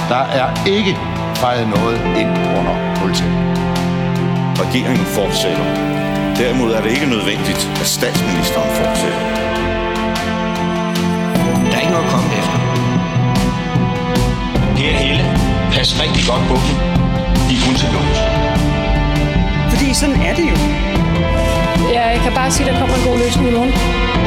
Der er ikke fejret noget ind under politiet. Regeringen fortsætter. Derimod er det ikke nødvendigt, at statsministeren fortsætter. Der er ikke noget at komme efter. Per Helle, pas rigtig godt på dem. De er kun til lås. Fordi sådan er det jo. Ja, jeg kan bare sige, at der kommer en god løsning i morgen.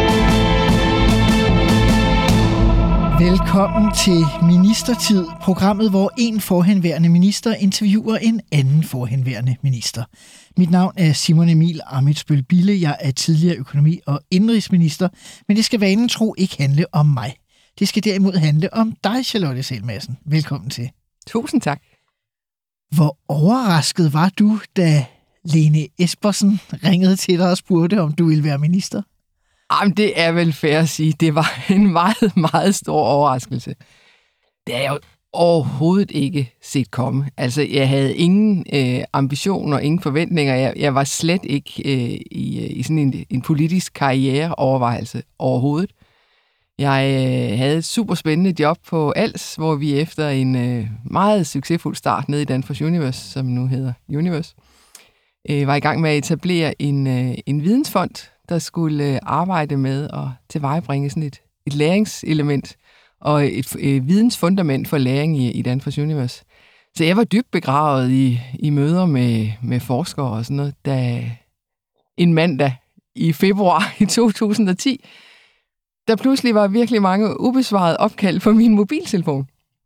Velkommen til Ministertid, programmet, hvor en forhenværende minister interviewer en anden forhenværende minister. Mit navn er Simon Emil Ammitzbøll Bille. Jeg er tidligere økonomi- og indenrigsminister, men det skal vanen tro ikke handle om mig. Det skal derimod handle om dig, Charlotte Sahl Madsen. Velkommen til. Tusind tak. Hvor overrasket var du, da Lene Espersen ringede til dig og spurgte, om du ville være minister? Jamen, det er vel fair at sige. Det var en meget, meget stor overraskelse. Det er jeg jo overhovedet ikke set komme. Altså, jeg havde ingen ambitioner, ingen forventninger. Jeg var slet ikke i sådan en politisk karriereovervejelse overhovedet. Jeg havde et super spændende job på Als, hvor vi efter en meget succesfuld start nede i Danfoss Universe, som nu hedder Universe, var i gang med at etablere en vidensfond, der skulle arbejde med at tilvejebringe sådan et læringselement og et vidensfundament for læring i Danfoss Universe. Så jeg var dybt begravet i møder med forskere og sådan noget, da en mandag i februar i 2010, der pludselig var virkelig mange ubesvarede opkald på min mobiltelefon.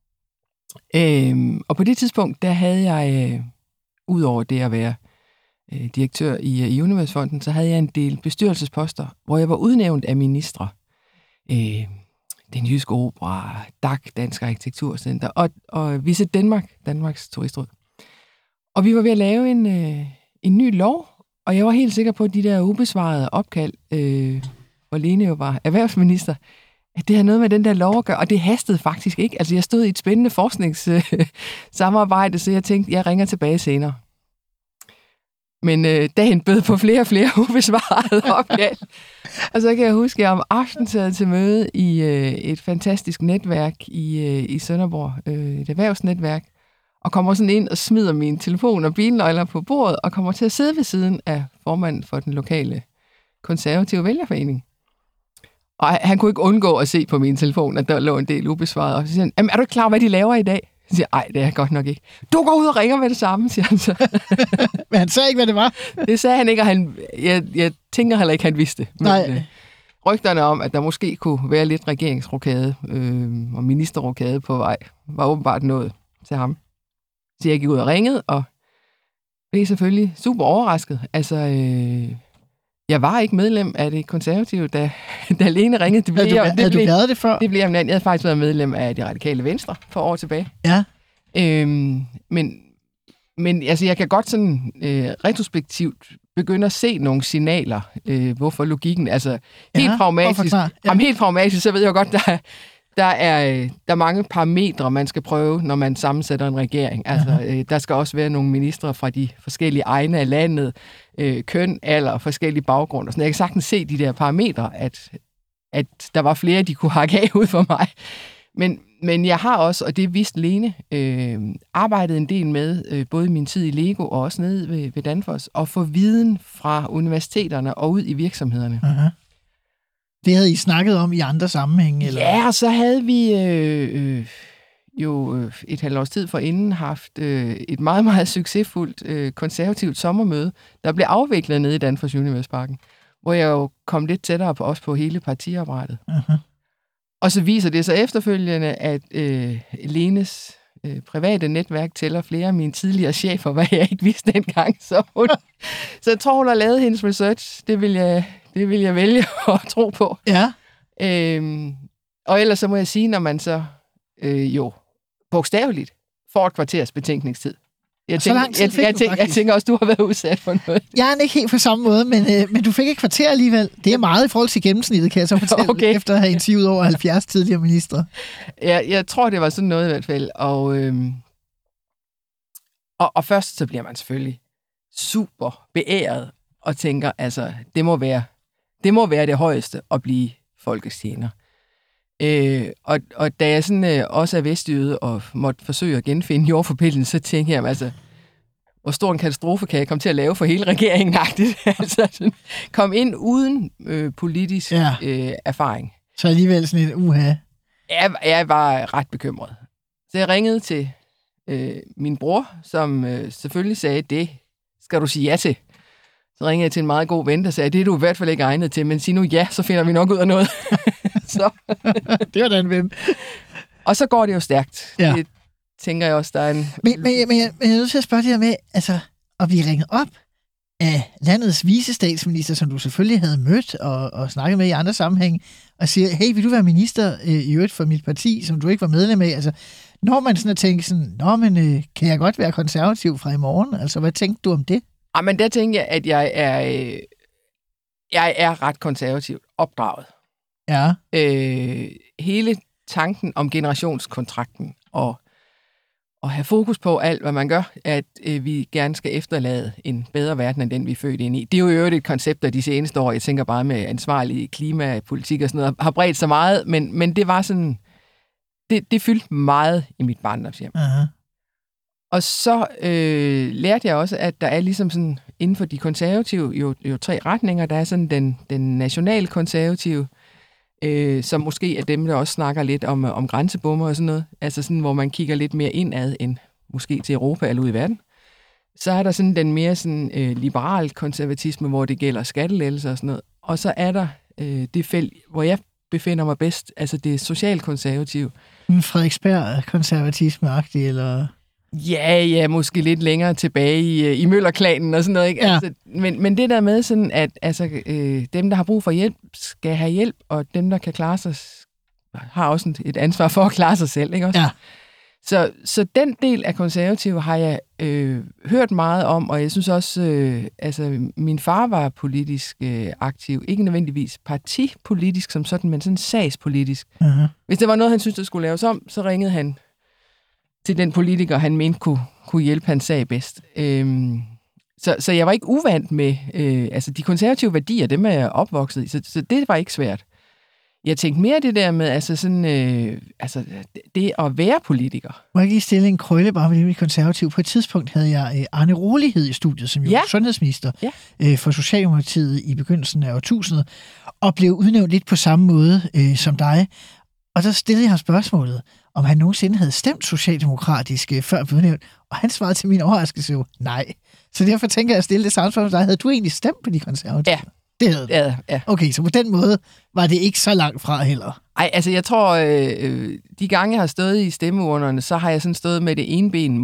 Og på det tidspunkt, der havde jeg, ud over det at være direktør i Universefonden, så havde jeg en del bestyrelsesposter, hvor jeg var udnævnt af ministre. Den Jyske Opera, DAC, Dansk Arkitekturcenter, og Visit Danmark, Danmarks Turistråd. Og vi var ved at lave en ny lov, og jeg var helt sikker på, at de der ubesvarede opkald, hvor Lene jo var erhvervsminister, at det havde noget med den der lov at gøre, og det hastede faktisk ikke. Altså, jeg stod i et spændende forskningssamarbejde, så jeg tænkte, jeg ringer tilbage senere. Men dagen bød på flere og flere ubesvarede opkald. Og så kan jeg huske, at jeg om aftenen sad til møde i et fantastisk netværk i Sønderborg, et erhvervsnetværk, og kommer sådan ind og smider min telefon og bilnøgler på bordet, og kommer til at sidde ved siden af formanden for den lokale konservative vælgerforening. Og han kunne ikke undgå at se på min telefon, at der lå en del ubesvaret. Og så siger han, er du ikke klar, hvad de laver i dag? Så siger jeg, det er jeg godt nok ikke. Du går ud og ringer med det samme, siger han så. Men han sagde ikke, hvad det var. Det sagde han ikke, og jeg tænker heller ikke, han vidste det. Nej. Rygterne om, at der måske kunne være lidt regeringsrokade og ministerrokade på vej, var åbenbart noget til ham. Så jeg gik ud og ringede, og blev selvfølgelig super overrasket. Altså, jeg var ikke medlem af det konservative, da Lene ringede. Havde du været det før? Det blev jeg havde faktisk været medlem af det radikale Venstre for år tilbage. Ja. Men altså, jeg kan godt sådan retrospektivt begynde at se nogle signaler, hvorfor logikken, altså helt pragmatisk. Ja. Jamen, helt pragmatisk, så ved jeg godt, der er mange parametre, man skal prøve, når man sammensætter en regering. Altså, der skal også være nogle ministre fra de forskellige egne af landet, køn, alder, forskellige baggrunde. Så jeg kan sagtens se de der parametre, at der var flere, de kunne hakke af ud for mig. Men jeg har også, og det vidste Lene, arbejdet en del med, både i min tid i Lego og også nede ved Danfoss, at få viden fra universiteterne og ud i virksomhederne. Aha. Det havde I snakket om i andre sammenhænge? Eller? Ja, og så havde vi jo et halvt års tid forinden haft et meget, meget succesfuldt konservativt sommermøde, der blev afviklet nede i Danfoss Universeparken, hvor jeg jo kom lidt tættere på os på hele partiarbejdet. Uh-huh. Og så viser det sig efterfølgende, at Lenes private netværk tæller flere af mine tidligere chefer, hvad jeg ikke vidste dengang. Så jeg tror, hun har lavet hendes research. Det vil jeg vælge at tro på. Ja. Og ellers så må jeg sige, når man så jo bogstaveligt får et kvarters betænkningstid. Jeg tænker også, du har været udsat for noget. Jeg er ikke helt på samme måde, men du fik et kvarter alligevel. Det er meget i forhold til gennemsnittet, kan jeg så fortælle, efter at have interviewet over 70 tidligere ministre. Ja, jeg tror, det var sådan noget i hvert fald. Og først så bliver man selvfølgelig super beæret og tænker, altså, det må være det højeste at blive folkestjener. Og da jeg sådan også er vestjyde og måtte forsøge at genfinde jordforbindelsen, så tænkte jeg, altså, hvor stor en katastrofe kan jeg komme til at lave for hele regeringen? Altså, sådan, kom ind uden politisk erfaring. Så alligevel sådan et uha. Jeg var ret bekymret. Så jeg ringede til min bror, som selvfølgelig sagde, det skal du sige ja til. Så ringede jeg til en meget god ven, der sagde, det er du i hvert fald ikke egnet til, men sig nu ja, så finder vi nok ud af noget. Så. Det var da en ven. Og så går det jo stærkt. Ja. Det tænker jeg også, der er en... Men jeg er nødt til at spørge det her med, altså, at blive ringet op af landets vicestatsminister, som du selvfølgelig havde mødt og snakket med i andre sammenhæng, og siger, hey, vil du være minister i øvrigt for mit parti, som du ikke var medlem af? Altså, når man sådan at tænke sådan, kan jeg godt være konservativ fra i morgen? Altså, hvad tænkte du om det? Men der tænker jeg, at jeg er ret konservativt opdraget. Ja. Hele tanken om generationskontrakten og have fokus på alt, hvad man gør, at vi gerne skal efterlade en bedre verden, end den vi er født ind i. Det er jo øvrigt et koncept, der de seneste år, jeg tænker bare med ansvarlig klimapolitik og sådan noget, har bredt sig meget, men det var sådan, det fyldte meget i mit barndomshjem. Uh-huh. Og så lærte jeg også, at der er ligesom sådan, inden for de konservative, jo 3 retninger. Der er sådan den nationale konservative, som måske er dem, der også snakker lidt om grænsebommer og sådan noget. Altså sådan, hvor man kigger lidt mere indad end måske til Europa eller ud i verden. Så er der sådan den mere sådan, liberal konservatisme, hvor det gælder skattelettelser og sådan noget. Og så er der det felt, hvor jeg befinder mig bedst, altså det socialkonservative. Frederiksberg-konservatisme-agtig, eller... Ja, måske lidt længere tilbage i Møller-klanen og sådan noget, ikke? Ja. Altså, men det der med sådan, at altså, dem, der har brug for hjælp, skal have hjælp, og dem, der kan klare sig, har også et ansvar for at klare sig selv, ikke også? Ja. Så den del af konservative har jeg hørt meget om, og jeg synes også, altså min far var politisk aktiv, ikke nødvendigvis partipolitisk som sådan, men sådan sagspolitisk. Uh-huh. Hvis der var noget, han synes, der skulle laves om, så ringede han til den politiker, han mente kunne hjælpe hans sag bedst. Så jeg var ikke uvant med, altså de konservative værdier, dem er jeg opvokset i, så det var ikke svært. Jeg tænkte mere det der med, altså sådan, altså det at være politiker. Må jeg lige stille en krølle bare med det konservative? På et tidspunkt havde jeg Arne Rolighed i studiet, som jo var sundhedsminister for Socialdemokratiet i begyndelsen af årtusindet, og blev udnævnt lidt på samme måde som dig. Og så stillede jeg ham spørgsmålet, om han nogensinde havde stemt socialdemokratisk før han blev udnævnt, og han svarede til min overraskelse jo nej. Så derfor tænker jeg at stille det samme spørgsmål. Havde du egentlig stemt på de konservative? Ja. Det havde du? Ja. Okay, så på den måde var det ikke så langt fra heller. Ej, altså jeg tror, de gange jeg har stået i stemmeurnerne, så har jeg sådan stået med det ene ben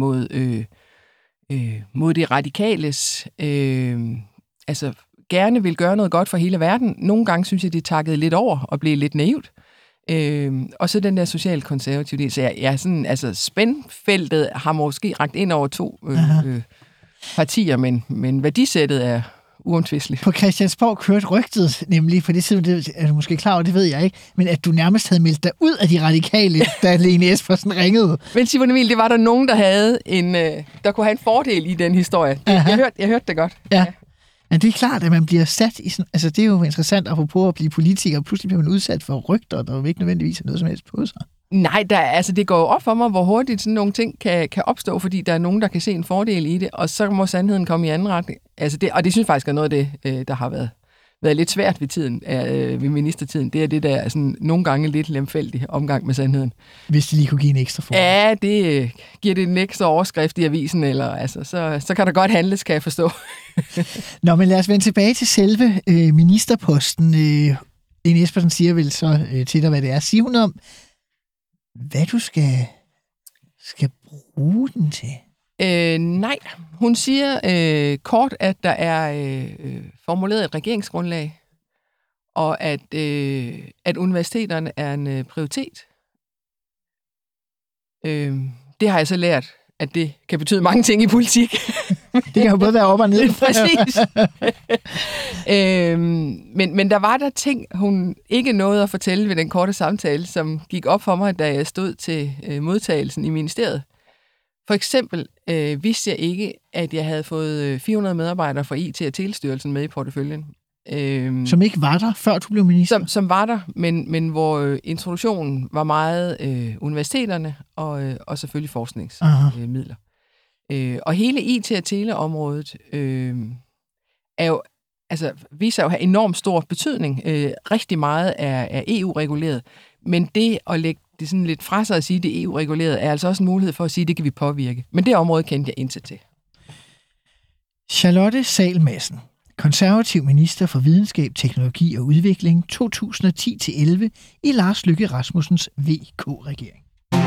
mod det radikales, altså gerne vil gøre noget godt for hele verden. Nogle gange synes jeg, det takkede lidt over og blev lidt naivt. Og så den der socialkonservative del. Så jeg er sådan, altså spændfeltet har måske rakt ind over 2 partier, men værdisættet er uomtvisteligt. På Christiansborg kørte rygtet, nemlig på det tidspunkt, det er du måske klar over, det ved jeg ikke, men at du nærmest havde meldt dig ud af de radikale, da Lene Espersen ringede. Men Simon Emil, det var der nogen, der havde der kunne have en fordel i den historie. Jeg hørte det godt. Ja. Men det er klart, at man bliver sat i sådan... Altså, det er jo interessant apropos at blive politiker, og pludselig bliver man udsat for rygter, der jo ikke nødvendigvis er noget som helst på sig. Nej, det går jo op for mig, hvor hurtigt sådan nogle ting kan opstå, fordi der er nogen, der kan se en fordel i det, og så må sandheden komme i anden retning. Altså og det synes faktisk er noget af det, der har været lidt svært ved ministertiden. Det er det, der er sådan nogle gange lidt lemfældig omgang med sandheden. Hvis det lige kunne give en ekstra fordel. Ja, det giver det en ekstra overskrift i avisen, eller altså, så kan der godt handles, kan jeg forstå. Nå, men lad os vende tilbage til selve ministerposten. Lene Espersen siger vel så til dig, hvad det er. Siger hun om, hvad du skal bruge den til? Nej, hun siger kort, at der er formuleret et regeringsgrundlag, og at universiteterne er en prioritet. Det har jeg så lært, at det kan betyde mange ting i politik. Det kan jo både være op og ned. Præcis. Men der var der ting, hun ikke nåede at fortælle ved den korte samtale, som gik op for mig, da jeg stod til modtagelsen i ministeriet. For eksempel vidste jeg ikke, at jeg havde fået 400 medarbejdere fra IT- og Telestyrelsen med i porteføljen. Som ikke var der, før du blev minister? Som var der, men hvor introduktionen var meget universiteterne og selvfølgelig forskningsmidler. Og hele IT- og teleområdet er jo, altså, viser jo at have enormt stor betydning. Rigtig meget er EU-reguleret, men det at lægge det sådan lidt fra sig at sige, at det er EU-reguleret, er altså også en mulighed for at sige, at det kan vi påvirke. Men det område kendte jeg intet til. Charlotte Sahl Madsen, konservativ minister for videnskab, teknologi og udvikling 2010-11 i Lars Løkke Rasmussens VK-regering.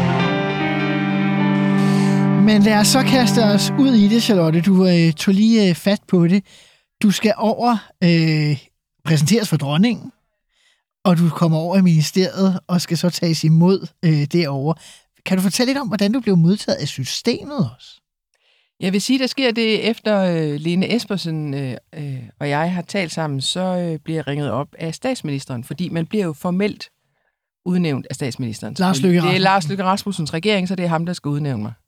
Men lad os så kaste os ud i det, Charlotte. Du tog lige fat på det. Du skal over præsenteres for dronningen, og du kommer over i ministeriet og skal så tages imod derovre. Kan du fortælle lidt om, hvordan du blev modtaget af systemet også? Jeg vil sige, der sker det efter Lene Espersen og jeg har talt sammen, så bliver jeg ringet op af statsministeren, fordi man bliver jo formelt udnævnt af statsministeren. Det er Lars Løkke Rasmussens regering, så det er ham, der skal udnævne mig.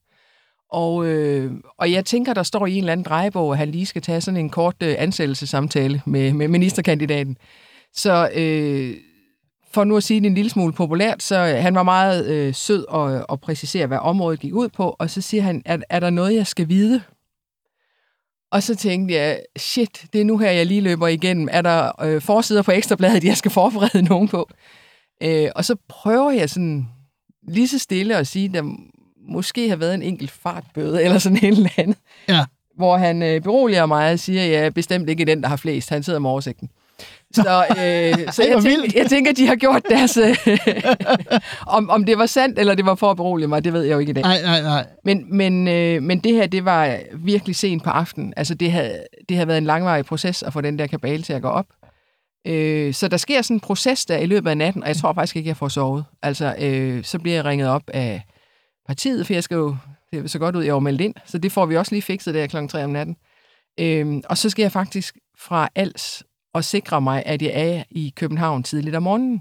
Og jeg tænker, der står i en eller anden drejebog, at han lige skal tage sådan en kort ansættelsessamtale med ministerkandidaten. Så for nu at sige det en lille smule populært, så han var meget sød og præcisere, hvad området gik ud på, og så siger han, er der noget, jeg skal vide? Og så tænkte jeg, shit, det er nu her, jeg lige løber igennem. Er der forsider på Ekstrabladet, jeg skal forberede nogen på? Og så prøver jeg sådan lige så stille at sige, der måske har været en enkelt fartbøde, eller sådan en eller andet. Ja. Hvor han beroliger mig og siger, at jeg er bestemt ikke den, der har flest. Han sidder med oversigten. Så jeg tænker, de har gjort deres... om det var sandt, eller det var for at berolige mig, det ved jeg jo ikke i dag. Nej. Men det her, det var virkelig sent på aftenen. Altså, det havde været en langvarig proces at få den der kabale til at gå op. Så der sker sådan en proces der i løbet af natten, og jeg tror faktisk ikke, jeg får sovet. Altså, så bliver jeg ringet op af partiet, for det vil så godt ud, jeg var meldt ind, så det får vi også lige fikset der kl. 3 om natten. Og så skal jeg faktisk fra Als og sikre mig, at jeg er i København tidligt om morgenen.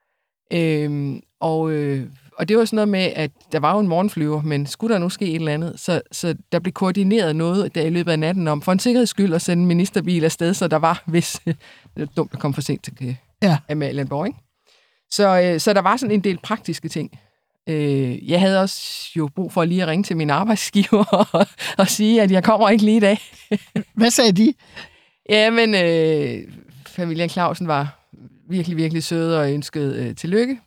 Og det var sådan noget med, at der var jo en morgenflyver, men skulle der nu ske et eller andet, så der blev koordineret noget der i løbet af natten om, for en sikkerheds skyld, at sende en ministerbil afsted, så der var, hvis det er dumt at komme for sent til Amalienborg, ikke? Så der var sådan en del praktiske ting. Jeg havde også jo brug for lige at ringe til min arbejdsgiver og sige, at jeg kommer ikke lige i dag. Hvad sagde de? Jamen, familien Clausen var virkelig, virkelig søde og ønskede tillykke.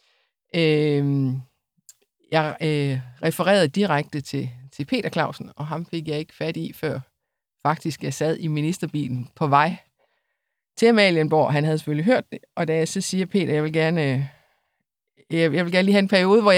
Jeg refererede direkte til Peter Clausen, og ham fik jeg ikke fat i, før faktisk jeg sad i ministerbilen på vej til Amalienborg. Han havde selvfølgelig hørt det, og da jeg så siger, Peter, jeg vil gerne lige have en periode, hvor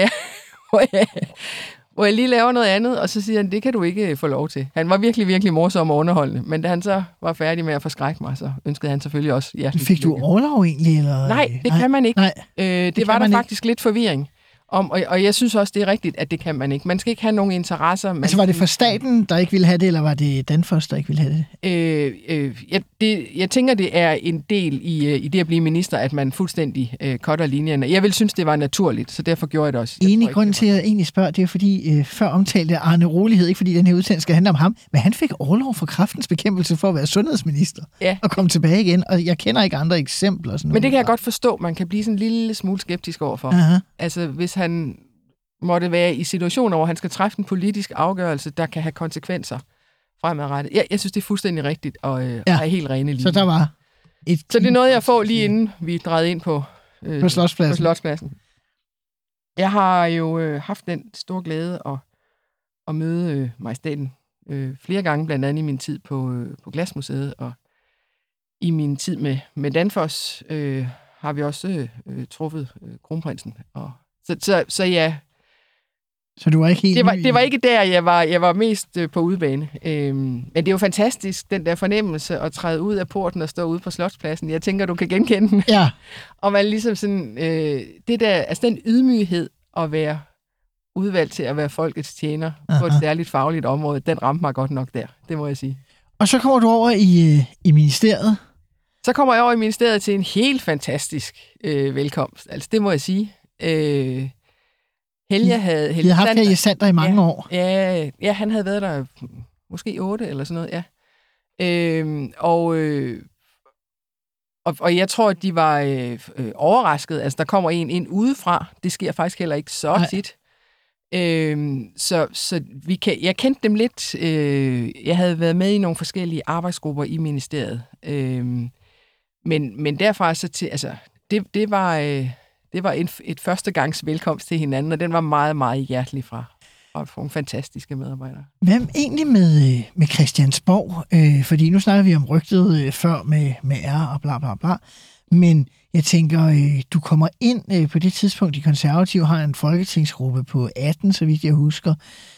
jeg lige laver noget andet, og så siger han, det kan du ikke få lov til. Han var virkelig, virkelig morsom og underholdende, men da han så var færdig med at forskrække mig, så ønskede han selvfølgelig også... Fik du orlov egentlig? Eller? Nej, det kan man ikke. Det var der faktisk lidt forvirring om, og jeg synes også, det er rigtigt, at det kan man ikke. Man skal ikke have nogen interesser. Altså var det for staten, der ikke ville have det, eller var det Danfoss, der ikke ville have det? Jeg tænker, det er en del i det at blive minister, at man fuldstændig cutter linjerne. Jeg vil synes, det var naturligt, så derfor gjorde jeg det også. Enig grund til at egentlig spørge, det er fordi, før omtalte Arne Rolighed, ikke fordi den her udsendelse skal handle om ham, men han fik orlov for Kræftens Bekæmpelse for at være sundhedsminister og komme tilbage igen, og jeg kender ikke andre eksempler. Sådan men det kan jeg godt forstå, man kan blive sådan en lille smule skeptisk overfor. Aha. Altså, hvis han måtte være i situationer, hvor han skal træffe en politisk afgørelse, der kan have konsekvenser fremadrettet. Jeg synes, det er fuldstændig rigtigt, og er helt rene linje. Så der var så det er noget, jeg får lige inden vi drejede ind på Slotspladsen. Jeg har jo haft den store glæde at møde majestæten flere gange, blandt andet i min tid på Glasmuseet, og i min tid med Danfoss har vi også truffet kronprinsen. Og så ja. Så du var ikke helt det var ikke der, jeg var mest på udebane. Men det er jo fantastisk, den der fornemmelse at træde ud af porten og stå ude på Slotspladsen. Jeg tænker, du kan genkende den. Ja. Og man ligesom sådan, det der, altså den ydmyghed at være udvalgt til at være folkets tjener på et særligt fagligt område, den ramte mig godt nok der, det må jeg sige. Og så kommer du over i ministeriet? Så kommer jeg over i ministeriet til en helt fantastisk velkomst. Altså, det må jeg sige. Helge havde haft Helge Sander i mange år. Ja, han havde været der måske 8 eller sådan noget, ja. Og jeg tror, at de var overrasket. Altså, der kommer en ind udefra. Det sker faktisk heller ikke så tit. Så jeg kendte dem lidt. Jeg havde været med i nogle forskellige arbejdsgrupper i ministeriet. Men derfra så til... Altså, det var et førstegangs velkomst til hinanden, og den var meget, meget hjertelig fra nogle fantastiske medarbejdere. Hvem egentlig med Christiansborg? Fordi nu snakker vi om rygtet før med R og bla bla bla. Men jeg tænker, du kommer ind på det tidspunkt, de konservative har en folketingsgruppe på 18, så vidt jeg husker.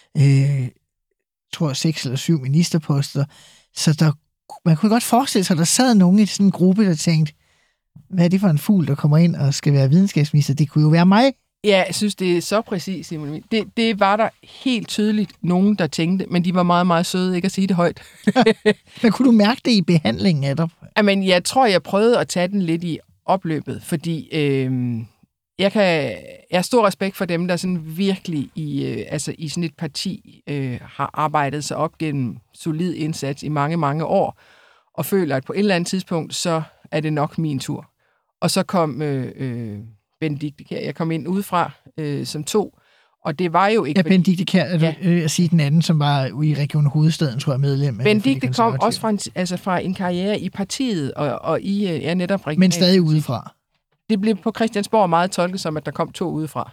Tror 6 eller 7 ministerposter. Så man kunne godt forestille sig, at der sad nogen i sådan en gruppe, der tænkte, hvad er det for en fugl, der kommer ind og skal være videnskabsminister? Det kunne jo være mig. Ja, jeg synes, det er så præcis, Simon. Det var der helt tydeligt nogen, der tænkte, men de var meget, meget søde, ikke at sige det højt. Men kunne du mærke det i behandlingen af dig? Jamen, jeg tror, jeg prøvede at tage den lidt i opløbet, fordi jeg har stor respekt for dem, der sådan virkelig i sådan et parti har arbejdet sig op gennem solid indsats i mange, mange år, og føler, at på et eller andet tidspunkt, så er det nok min tur. Og så kom Benedikte Kiær. Jeg kom ind udefra som 2, og det var jo ikke... Ja, Benedikte Kiær, at sige den anden, som var i Region Hovedstaden, tror jeg, medlem. Benedikte kom også fra en karriere i partiet, og i netop regional... Men stadig udefra. Det blev på Christiansborg meget tolket som, at der kom 2 udefra.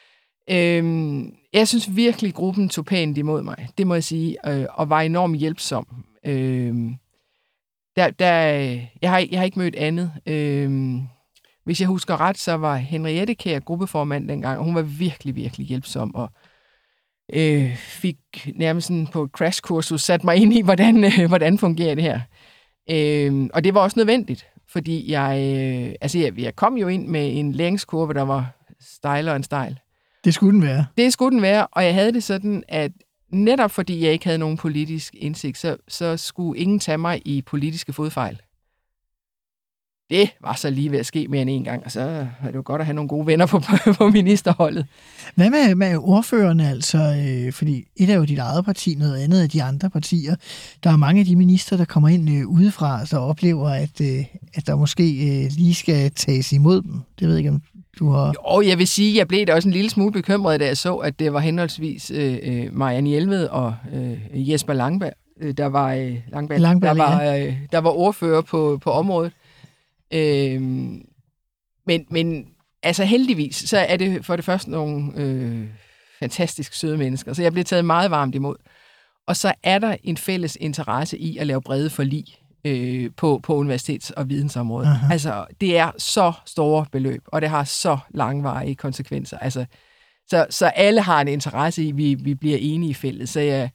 Jeg synes virkelig, gruppen tog pænt imod mig, det må jeg sige, og var enormt hjælpsom. Jeg har ikke mødt andet. Hvis jeg husker ret, så var Henriette Kjær gruppeformand dengang, og hun var virkelig, virkelig hjælpsom, og fik nærmest sådan på et crashkursus sat mig ind i, hvordan fungerer det her. Og det var også nødvendigt, fordi jeg kom jo ind med en læringskurve, der var stejlere end stejl. Det skulle den være. Det skulle den være, og jeg havde det sådan, at netop fordi jeg ikke havde nogen politisk indsigt, så skulle ingen tage mig i politiske fodfejl. Det var så lige ved at ske mere end en gang, og så er det jo godt at have nogle gode venner på ministerholdet. Hvad med ordførerne altså? Fordi et er jo dit eget parti, noget andet af de andre partier. Der er mange af de minister, der kommer ind udefra, der oplever, at der måske lige skal tages imod dem. Det ved jeg ikke, om du har... Jo, jeg vil sige, jeg blev da også en lille smule bekymret, da jeg så, at det var henholdsvis Marianne Jelved og Jesper Langberg, der var ordfører på området. Men altså heldigvis, så er det for det første nogle fantastisk søde mennesker, så jeg bliver taget meget varmt imod. Og så er der en fælles interesse i at lave brede forlig på universitets- og vidensområdet. Aha. Altså, det er så store beløb, og det har så langvarige konsekvenser. Altså, så alle har en interesse i, at vi bliver enige i fælles. Så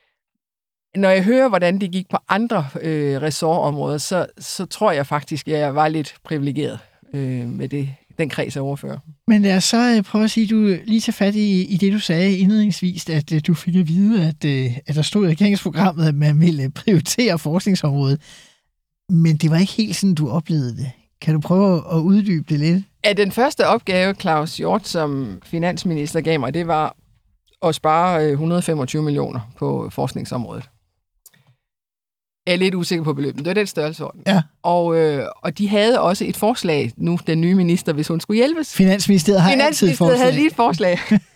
når jeg hører, hvordan det gik på andre ressortområder, så tror jeg faktisk, at jeg var lidt privilegeret med den kreds af ordfører. Men lad os så prøve at sige, at du lige tager fat i det, du sagde indledningsvis, at du fik at vide, at der stod i regeringsprogrammet, at man ville prioritere forskningsområdet. Men det var ikke helt sådan, du oplevede det. Kan du prøve at uddybe det lidt? Ja, den første opgave, Claus Hjort som finansminister gav mig, det var at spare 125 millioner på forskningsområdet. Jeg er lidt usikker på beløbet. Det var den størrelsesorden. Ja. Og de havde også et forslag nu, den nye minister, hvis hun skulle hjælpes. Finansministeriet har altid et forslag. Havde lige et forslag.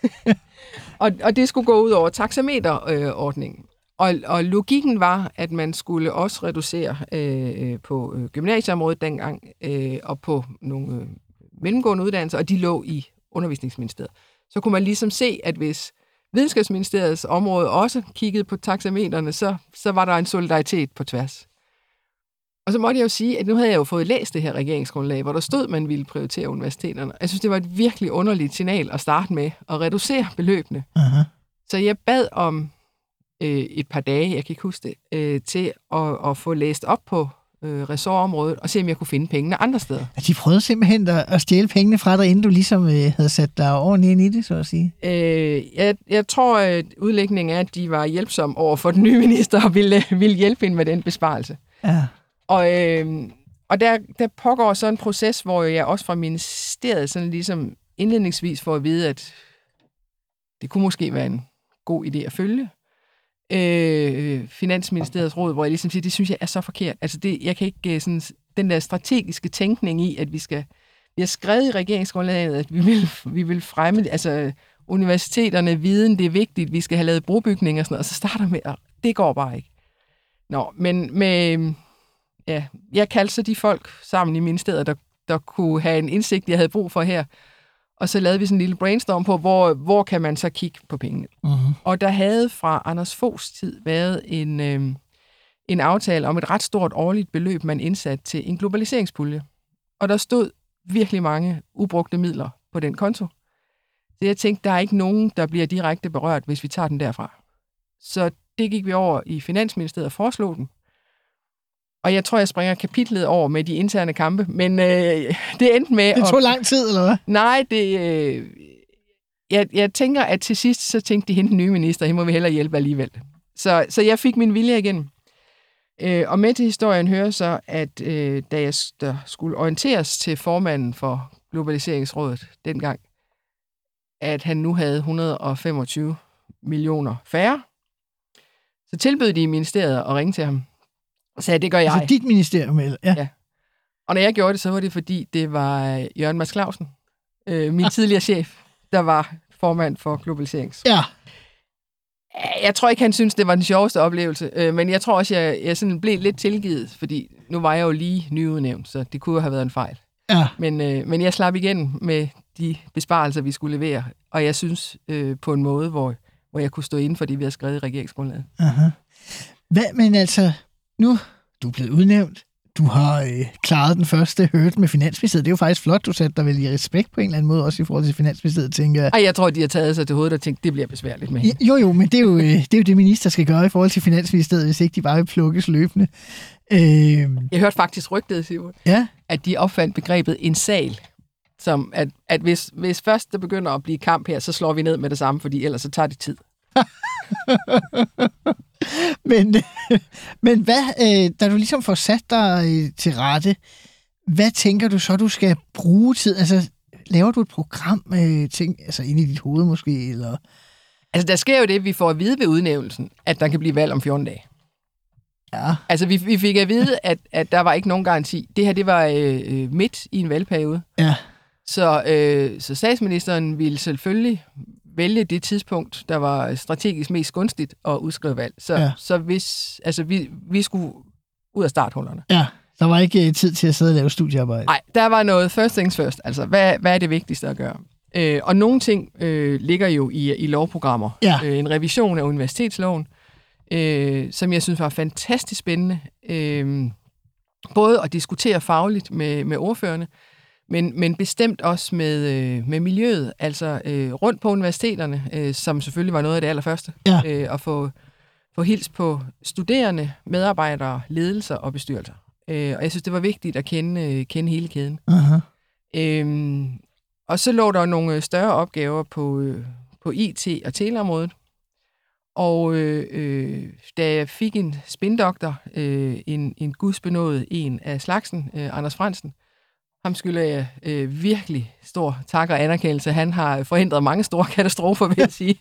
og det skulle gå ud over taxameterordningen. Og logikken var, at man skulle også reducere på gymnasieområdet dengang, og på nogle mellemgående uddannelser, og de lå i Undervisningsministeriet. Så kunne man ligesom se, at hvis Videnskabsministeriets område også kiggede på taxameterne, så var der en solidaritet på tværs. Og så måtte jeg jo sige, at nu havde jeg jo fået læst det her regeringsgrundlag, hvor der stod, at man ville prioritere universiteterne. Jeg synes, det var et virkelig underligt signal at starte med at reducere beløbene. Aha. Så jeg bad om et par dage, jeg kan ikke huske det, til at få læst op på ressortområdet, og se, om jeg kunne finde pengene andre steder. De prøvede simpelthen at stjæle pengene fra dig, inden du ligesom havde sat dig ordentligt ind i det, så at sige? Jeg tror, at udlægningen er, at de var hjælpsomme over for den nye minister, og ville hjælpe hende med den besparelse. Ja. Og der pågår så en proces, hvor jeg også fra ministeriet sådan ligesom indledningsvis får at vide, at det kunne måske være en god idé at følge. Finansministeriets råd, hvor jeg ligesom siger, det synes jeg er så forkert. Altså jeg kan ikke sådan den der strategiske tænkning i, at vi har skrevet i regeringsgrundlaget, at vi vil fremme altså universiteterne, viden, det er vigtigt, vi skal have lavet brobygning og sådan noget, og så starter med, at det går bare ikke. Men jeg kaldte så de folk sammen i ministeriet, der kunne have en indsigt, jeg havde brug for her, og så lavede vi sådan en lille brainstorm på, hvor kan man så kigge på pengene. Uh-huh. Og der havde fra Anders Foghs tid været en aftale om et ret stort årligt beløb, man indsatte til en globaliseringspulje. Og der stod virkelig mange ubrugte midler på den konto. Så jeg tænkte, der er ikke nogen, der bliver direkte berørt, hvis vi tager den derfra. Så det gik vi over i Finansministeriet og foreslog den. Og jeg tror, jeg springer kapitlet over med de interne kampe, men det endte med... Det tog lang tid, eller hvad? Nej, jeg tænker, at til sidst, så tænkte de, hende den nye minister, hende må vi hellere hjælpe alligevel. Så jeg fik min vilje igen. Og med til historien hører så, at da jeg skulle orienteres til formanden for Globaliseringsrådet dengang, at han nu havde 125 millioner færre, så tilbød de i ministeriet at ringe til ham. Og sagde, det gør jeg. Altså dit ministerium, eller? Ja. Og når jeg gjorde det, så var det, fordi det var Jørgen Mads Clausen, min tidligere chef, der var formand for Globaliseringsrådet. Ja. Jeg tror ikke, han synes, det var den sjoveste oplevelse, men jeg tror også, jeg sådan blev lidt tilgivet, fordi nu var jeg jo lige nyudnævnt, så det kunne have været en fejl. Ja. Men jeg slap igen med de besparelser, vi skulle levere, og jeg synes på en måde, hvor jeg kunne stå inden for det, vi havde skrevet i regeringsgrundlaget. Men altså, nu du er blevet udnævnt, du har klaret den første hurdle med Finansministeriet. Det er jo faktisk flot, du satte dig vel i respekt på en eller anden måde, også i forhold til Finansministeriet, tænker jeg. Jeg tror, de har taget sig til hovedet og tænkt, det bliver besværligt med hende. Jo, men det er jo det, minister skal gøre i forhold til Finansministeriet, hvis ikke de bare vil plukkes løbende. Jeg hørte faktisk rygtet, Simon, at de opfandt begrebet en sal, som at hvis først der begynder at blive kamp her, så slår vi ned med det samme, fordi ellers så tager det tid. Men hvad, da du ligesom får sat dig til rette, hvad tænker du så, du skal bruge tid? Altså, laver du et program, altså inde i dit hoved måske? Eller? Altså, der sker jo det, vi får at vide ved udnævnelsen, at der kan blive valg om 14 dage. Ja. Altså, vi fik at vide, at der var ikke nogen garanti. Det her, det var midt i en valgperiode. Ja. Så statsministeren ville selvfølgelig vælge det tidspunkt, der var strategisk mest gunstigt at udskrive valg. Så hvis, altså vi skulle ud af starthullerne. Ja, der var ikke tid til at sidde og lave studiearbejde. Nej, der var noget first things first. Altså, hvad er det vigtigste at gøre? Og nogle ting ligger jo i lovprogrammer. Ja. En revision af universitetsloven, som jeg synes var fantastisk spændende. Både at diskutere fagligt med ordførerne, men bestemt også med miljøet, altså rundt på universiteterne, som selvfølgelig var noget af det allerførste. Ja. At få hils på studerende, medarbejdere, ledelser og bestyrelser. Og jeg synes, det var vigtigt at kende hele kæden. Uh-huh. Og så lå der nogle større opgaver på IT- og teleområdet. Og da jeg fik en spindoktor, en gudsbenået en af slagsen, Anders Frandsen, ham skylder jeg virkelig stor tak og anerkendelse. Han har forhindret mange store katastrofer, vil jeg sige.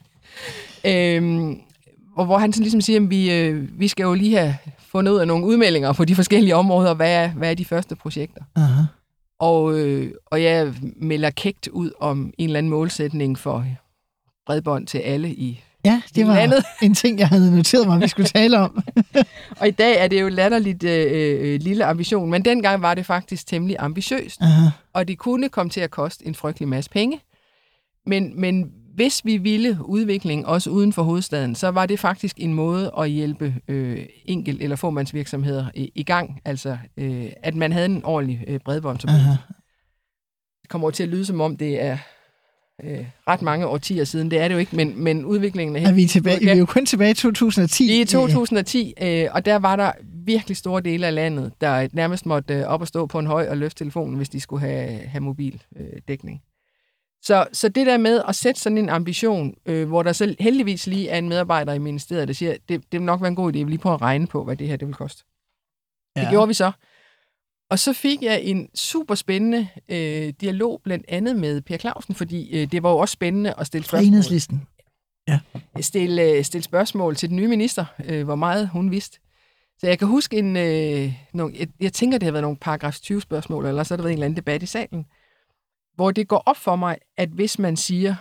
Hvor han sådan ligesom siger, at vi skal jo lige have fundet ud af nogle udmeldinger på de forskellige områder. Hvad er de første projekter? Uh-huh. Og jeg melder kægt ud om en eller anden målsætning for bredbånd til alle i ja, det var landet. En ting, jeg havde noteret mig, vi skulle tale om. Og i dag er det jo latterligt lille ambition, men dengang var det faktisk temmelig ambitiøst. Uh-huh. Og det kunne komme til at koste en frygtelig masse penge. Men hvis vi ville udvikling, også uden for hovedstaden, så var det faktisk en måde at hjælpe enkelt- eller fåmandsvirksomheder i gang. Altså, at man havde en ordentlig bredbånd. Det kommer til at lyde, som om det er ret mange årtier siden. Det er det jo ikke, men udviklingen er... Vi er jo kun tilbage i 2010. I 2010, og der var der virkelig store dele af landet, der nærmest måtte op og stå på en høj og løfte telefonen, hvis de skulle have mobildækning. Så det der med at sætte sådan en ambition, hvor der så heldigvis lige er en medarbejder i ministeriet, der siger, det vil nok være en god idé, at vi lige prøver at regne på, hvad det her det vil koste. Ja. Det gjorde vi så. Og så fik jeg en super spændende dialog, blandt andet med Per Clausen, fordi det var jo også spændende at stille spørgsmål. Enhedslisten. Ja. Stille spørgsmål til den nye minister, hvor meget hun vidste. Så jeg kan huske jeg tænker, det har været nogle paragraf 20-spørgsmål, eller så har der været en eller anden debat i salen, hvor det går op for mig, at hvis man siger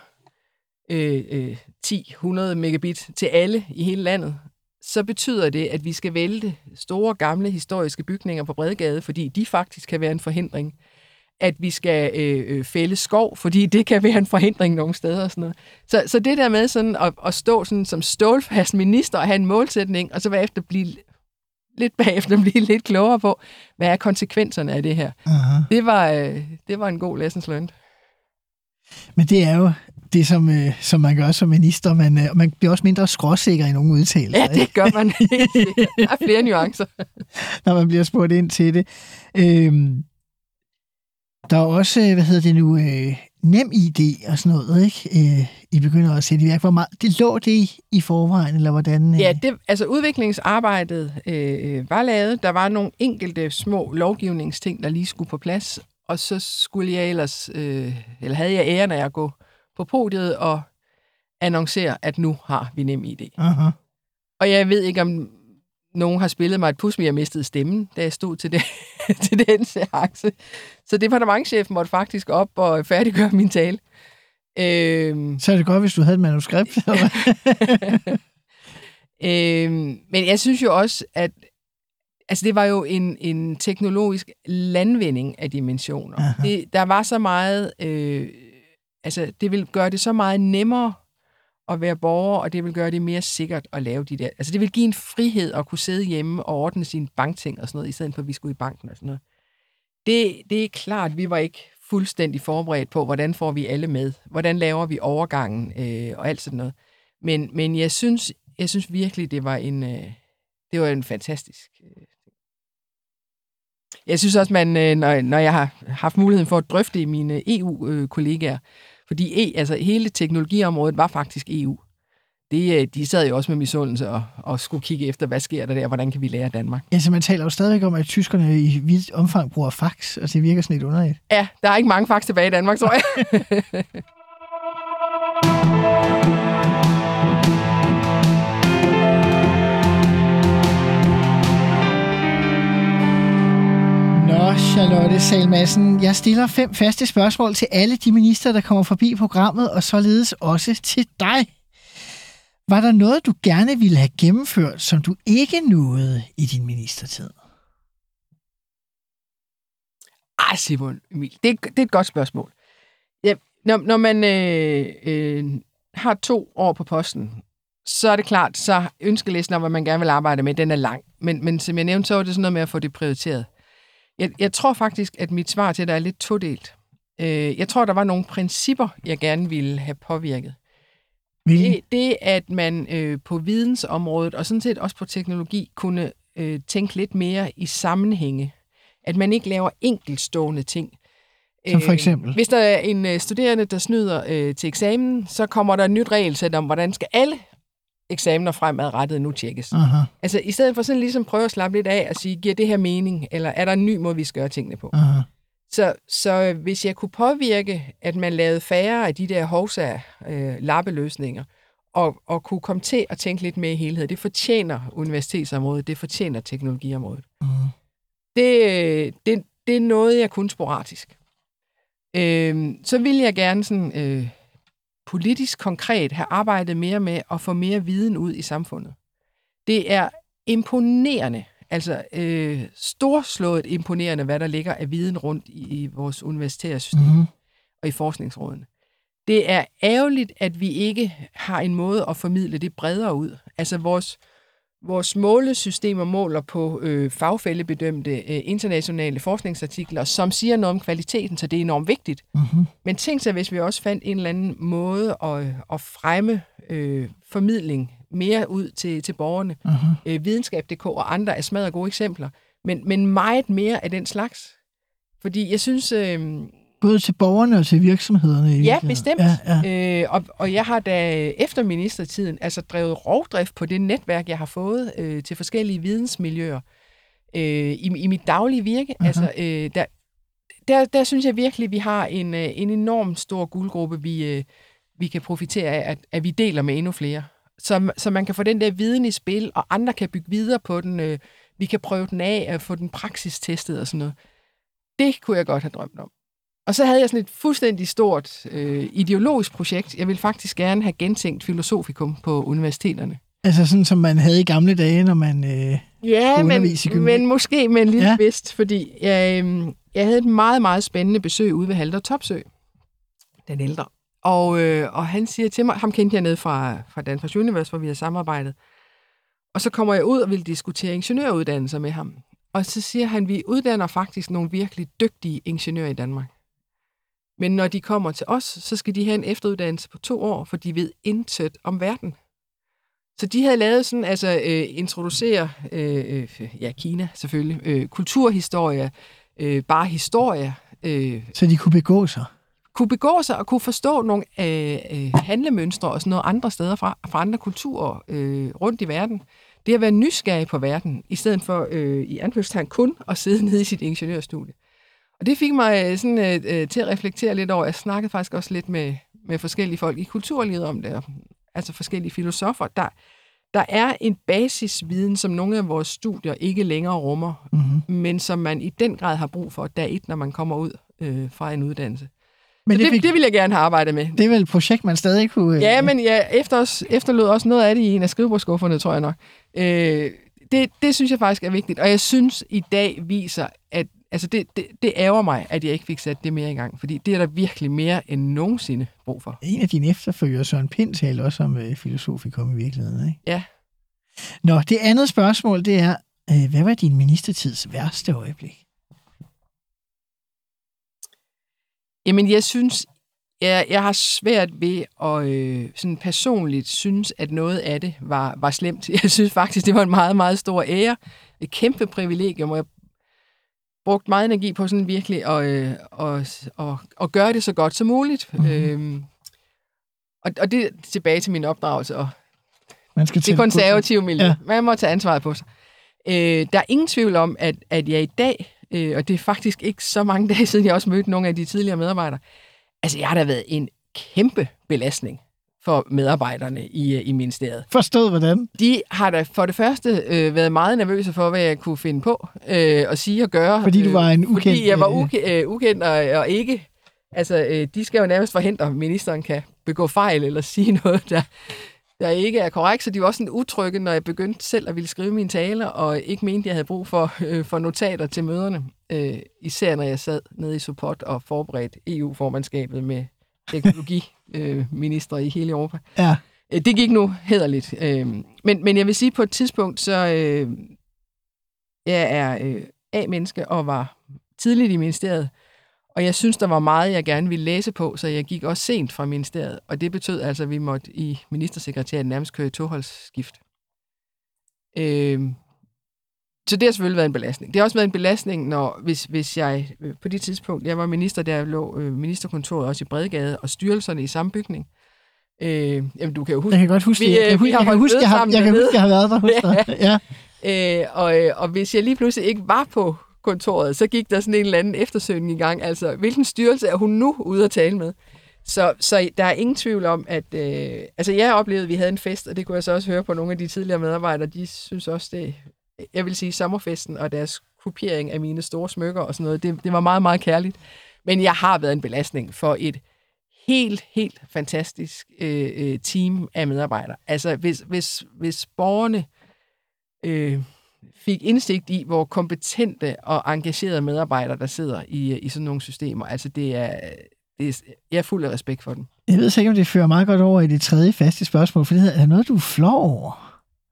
10-100 megabit til alle i hele landet, så betyder det, at vi skal vælte store, gamle, historiske bygninger på Bredgade, fordi de faktisk kan være en forhindring. At vi skal fælde skov, fordi det kan være en forhindring nogle steder og sådan noget. Så det der med sådan at stå sådan som stålfast minister og have en målsætning, og så bagefter blive lidt klogere på, hvad er konsekvenserne af det her. Det var en god lessons learned. Men det er jo det, som man gør som minister. Man bliver også mindre skråsikker i nogle udtalelser. Ja, det gør man ikke. Der er flere nuancer. Når man bliver spurgt ind til det. Der er også, NemID og sådan noget, ikke? I begynder at sætte i værk. Hvor meget det lå det i forvejen, eller hvordan? Ja, udviklingsarbejdet var lavet. Der var nogle enkelte små lovgivningsting, der lige skulle på plads. Og så skulle jeg havde jeg æren af at gå på podiet og annoncere, at nu har vi NemID. Uh-huh. Og jeg ved ikke, om nogen har spillet mig et pus, men jeg mistede stemmen, da jeg stod til den seance. Så departementschefen måtte faktisk op og færdiggøre min tale. Så er det godt, hvis du havde et manuskript. Men jeg synes jo også, at det var jo en teknologisk landvinding af dimensioner. Der var så meget... det vil gøre det så meget nemmere at være borger, og det vil gøre det mere sikkert at lave de der... det vil give en frihed at kunne sidde hjemme og ordne sine bankting og sådan noget, i stedet for at vi skulle i banken og sådan noget. Det er klart, vi var ikke fuldstændig forberedt på, hvordan får vi alle med? Hvordan laver vi overgangen og alt sådan noget? Men jeg synes virkelig, det var en fantastisk... Jeg synes også, når jeg har haft muligheden for at drøfte i mine EU-kollegaer, fordi hele teknologiområdet var faktisk EU. De sad jo også med misundelse og skulle kigge efter, hvad sker der, hvordan kan vi lære Danmark. Ja, så man taler jo stadigvæk om, at tyskerne i vidt omfang bruger fax, og det virker sådan lidt underligt. Ja, der er ikke mange fax tilbage i Danmark, tror jeg. Nå, Charlotte Sahl Madsen, jeg stiller 5 faste spørgsmål til alle de minister, der kommer forbi programmet, og således også til dig. Var der noget, du gerne ville have gennemført, som du ikke nåede i din ministertid? Simon Emil, det er et godt spørgsmål. Ja, når man har 2 år på posten, så er det klart, så ønskelisten om, hvad man gerne vil arbejde med, den er lang. Men som jeg nævnte, så var det sådan noget med at få det prioriteret. Jeg tror faktisk, at mit svar til dig er lidt todelt. Jeg tror, der var nogle principper, jeg gerne ville have påvirket. Det at man på vidensområdet, og sådan set også på teknologi, kunne tænke lidt mere i sammenhænge. At man ikke laver enkeltstående ting. Som for eksempel? Hvis der er en studerende, der snyder til eksamen, så kommer der et nyt regelsæt om, hvordan skal alle eksamener fremadrettet nu tjekkes. Uh-huh. I stedet for sådan ligesom prøve at slappe lidt af og sige, giver det her mening, eller er der en ny måde, vi skal gøre tingene på? Uh-huh. Så hvis jeg kunne påvirke, at man lavede færre af de der lappeløsninger, og kunne komme til at tænke lidt mere i helhed, det fortjener universitetsområdet, det fortjener teknologiområdet. Uh-huh. Det er noget, jeg kun sporadisk. Så vil jeg gerne sådan... politisk konkret have arbejdet mere med at få mere viden ud i samfundet. Det er imponerende, storslået imponerende, hvad der ligger af viden rundt i vores universitetssystem og i forskningsrådene. Det er ærgerligt, at vi ikke har en måde at formidle det bredere ud. Vores målesystemer måler på fagfællebedømte internationale forskningsartikler, som siger noget om kvaliteten, så det er enormt vigtigt. Mm-hmm. Men tænk sig, hvis vi også fandt en eller anden måde at fremme formidling mere ud til borgerne. Mm-hmm. Videnskab.dk og andre er smadret gode eksempler, men meget mere af den slags. Fordi jeg synes... Både til borgerne og til virksomhederne? Ja, bestemt. Ja. Og jeg har da efter ministertiden drevet rovdrift på det netværk, jeg har fået til forskellige vidensmiljøer i mit daglige virke. Uh-huh. Der synes jeg virkelig, vi har en enorm stor guldgruppe, vi kan profitere af, at vi deler med endnu flere. Så man kan få den der viden i spil, og andre kan bygge videre på den vi kan prøve den af og få den praksistestet og sådan noget. Det kunne jeg godt have drømt om. Og så havde jeg sådan et fuldstændig stort ideologisk projekt. Jeg ville faktisk gerne have gentænkt filosofikum på universiteterne. Altså sådan, som man havde i gamle dage, når man men måske med en lille twist, fordi jeg havde et meget, meget spændende besøg ude ved Halder Topsø, den ældre. Og han siger til mig, ham kendte jeg ned fra Danfoss Universe, hvor vi har samarbejdet, og så kommer jeg ud og vil diskutere ingeniøruddannelser med ham. Og så siger han, vi uddanner faktisk nogle virkelig dygtige ingeniører i Danmark. Men når de kommer til os, så skal de have en efteruddannelse på 2 år, for de ved intet om verden. Så de havde lavet sådan, introducere, Kina selvfølgelig, kulturhistorie, bare historie. Så de kunne begå sig? Kunne begå sig og kunne forstå nogle handlemønstre og sådan noget andre steder fra andre kulturer rundt i verden. Det at være nysgerrig på verden, i stedet for i anførselstegn kun at sidde nede i sit ingeniørstudie. Og det fik mig sådan, til at reflektere lidt over. Jeg snakkede faktisk også lidt med forskellige folk i kulturlivet om det, altså forskellige filosofer. Der er en basisviden, som nogle af vores studier ikke længere rummer, men som man i den grad har brug for dag 1, når man kommer ud fra en uddannelse. Men det vil jeg gerne have arbejdet med. Det er vel et projekt, man stadig kunne... Ja, men jeg efterlod også noget af det i en af skrivebordskufferne, tror jeg nok. Det synes jeg faktisk er vigtigt, og jeg synes i dag viser, at altså det ærger mig, at jeg ikke fik sat det mere i gang, fordi det er der virkelig mere end nogensinde brug for. En af dine efterfølgere, Søren Pind, talte også om filosofikum i virkeligheden, ikke? Ja. Nå, det andet spørgsmål, det er, hvad var din ministertids værste øjeblik? Jamen, jeg synes, jeg har svært ved at sådan personligt synes, at noget af det var slemt. Jeg synes faktisk, det var en meget, meget stor ære. Et kæmpe privilegium, og jeg brugte meget energi på sådan virkelig at gøre det så godt som muligt. Og det er tilbage til min opdragelse og det konservative miljø. Ja. Man må tage ansvaret på sig. Der er ingen tvivl om, at jeg i dag, og det er faktisk ikke så mange dage siden, jeg også mødte nogle af de tidligere medarbejdere, altså jeg har da været en kæmpe belastning for medarbejderne i ministeriet. Forstået hvordan? De har da for det første været meget nervøse for, hvad jeg kunne finde på at sige og gøre. Fordi du var en ukendt... Fordi jeg var ukendt og ikke... Altså, de skal jo nærmest forhindre, at ministeren kan begå fejl eller sige noget, der ikke er korrekt. Så de var også sådan utrygge, når jeg begyndte selv at ville skrive mine taler, og ikke mente, jeg havde brug for notater til møderne. Især når jeg sad nede i Support og forberedte EU-formandskabet med teknologiminister i hele Europa. Ja. Det gik nu hæderligt. Men jeg vil sige, på et tidspunkt, så jeg er A-menneske og var tidligt i ministeriet, og jeg synes, der var meget, jeg gerne ville læse på, så jeg gik også sent fra ministeriet, og det betød altså, at vi måtte i ministersekretariatet nærmest køre i toholdsskift. Så det har selvfølgelig været en belastning. Det har også været en belastning, hvis jeg på det tidspunkt, jeg var minister, der lå ministerkontoret også i Bredegade, og styrelserne i samme bygning. Jamen, du kan jo huske... Jeg kan godt huske det. Jeg kan huske, jeg har været der hos dig. Ja. Og hvis jeg lige pludselig ikke var på kontoret, så gik der sådan en eller anden eftersøgning i gang. Altså, hvilken styrelse er hun nu ude at tale med? Så der er ingen tvivl om, at... altså, jeg oplevede, at vi havde en fest, og det kunne jeg så også høre på nogle af de tidligere medarbejdere. De synes også, det... Jeg vil sige, sommerfesten og deres kopiering af mine store smykker og sådan noget, det var meget, meget kærligt. Men jeg har været en belastning for et helt fantastisk team af medarbejdere. Altså, hvis borgerne fik indsigt i, hvor kompetente og engagerede medarbejdere, der sidder i sådan nogle systemer, altså jeg er fuld af respekt for dem. Jeg ved så ikke, om det fører meget godt over i det tredje faste spørgsmål, for det er noget, du er flov over?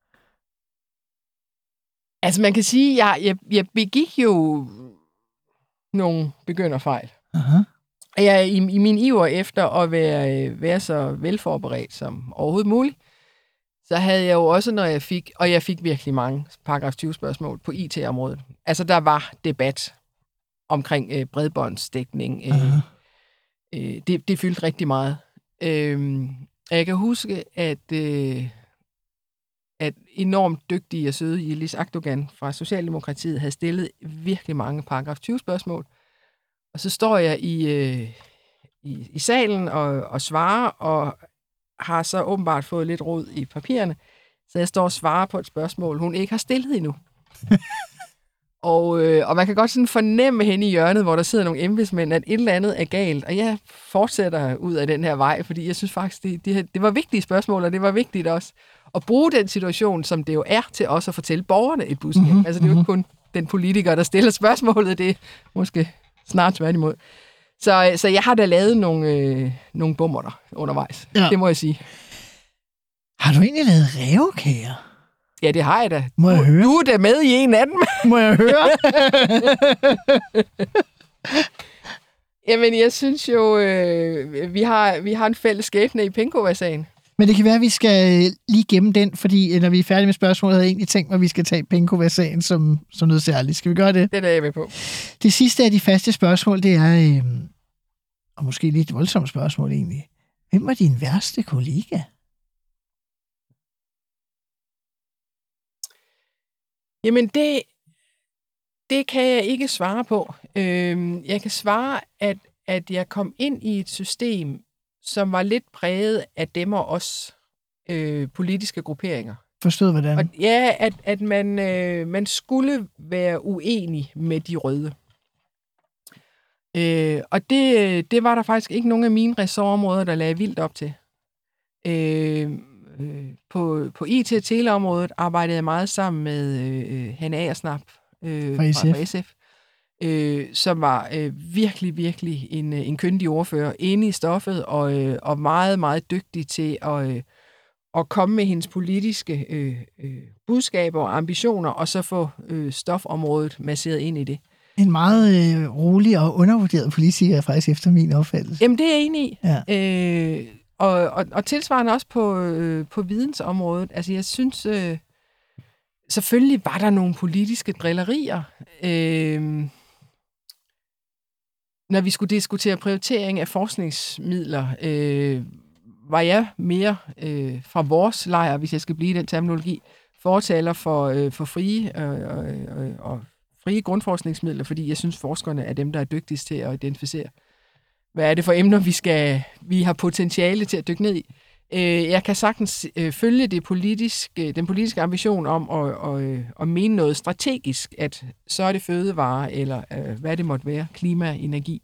Altså, man kan sige, jeg begik jo nogle begynderfejl. Uh-huh. Jeg i min iver efter at være så velforberedt som overhovedet muligt, så havde jeg jo også, når jeg fik virkelig mange paragraf 20 spørgsmål på IT-området. Altså, der var debat omkring bredbåndsdækning. Uh-huh. Det fyldte rigtig meget. Jeg kan huske, at enormt dygtige og søde Yildiz Akdogan fra Socialdemokratiet havde stillet virkelig mange paragraf 20 spørgsmål. Og så står jeg i salen og svarer, og har så åbenbart fået lidt rod i papirerne. Så jeg står og svarer på et spørgsmål, hun ikke har stillet endnu. Og man kan godt sådan fornemme henne i hjørnet, hvor der sidder nogle embedsmænd, at et eller andet er galt. Og jeg fortsætter ud af den her vej, fordi jeg synes faktisk, det var vigtige spørgsmål, og det var vigtigt også at bruge den situation, som det jo er, til også at fortælle borgerne et budskab. Altså det er jo ikke kun den politiker, der stiller spørgsmålet, det er måske snart tværtimod. Så jeg har da lavet nogle bummerter undervejs. Ja. Det må jeg sige. Har du egentlig lavet rævekager? Ja, det har jeg da. Må jeg høre? Du er da med i en af dem. Må jeg høre? Jamen, jeg synes jo, vi har en fælles skæbne i Penkowa-sagen. Men det kan være, at vi skal lige gemme den, fordi når vi er færdige med spørgsmålet, havde jeg egentlig tænkt mig, at vi skal tage Penkowa-sagen som noget særligt. Skal vi gøre det? Det er jeg med på. Det sidste af de faste spørgsmål, det er, og måske lidt voldsomt spørgsmål egentlig. Hvem var din værste kollega? Jamen, det kan jeg ikke svare på. Jeg kan svare, at jeg kom ind i et system, som var lidt præget af dem og os politiske grupperinger. Forstået hvordan? Og, ja, at man skulle være uenig med de røde. Og det var der faktisk ikke nogen af mine ressortområder, der lagde vildt op til. På IT- og teleområdet arbejdede jeg meget sammen med Hanne Agersnap fra SF, som var virkelig, virkelig en kyndig ordfører, inde i stoffet og meget, meget dygtig til at komme med hendes politiske budskaber og ambitioner, og så få stofområdet masseret ind i det. En meget rolig og undervurderet politiker, faktisk efter min opfattelse. Jamen, det er jeg enig i. Ja. Og tilsvarende også på vidensområdet. Altså, jeg synes, selvfølgelig var der nogle politiske drillerier. Når vi skulle diskutere prioritering af forskningsmidler, var jeg mere fra vores lejr, hvis jeg skal blive i den terminologi, fortaler for frie og frie grundforskningsmidler, fordi jeg synes, forskerne er dem, der er dygtigst til at identificere, hvad er det for emner, vi har potentiale til at dykke ned i. Jeg kan sagtens følge den politiske ambition om at mene noget strategisk, at så er det fødevare, eller hvad det måtte være, klima, energi.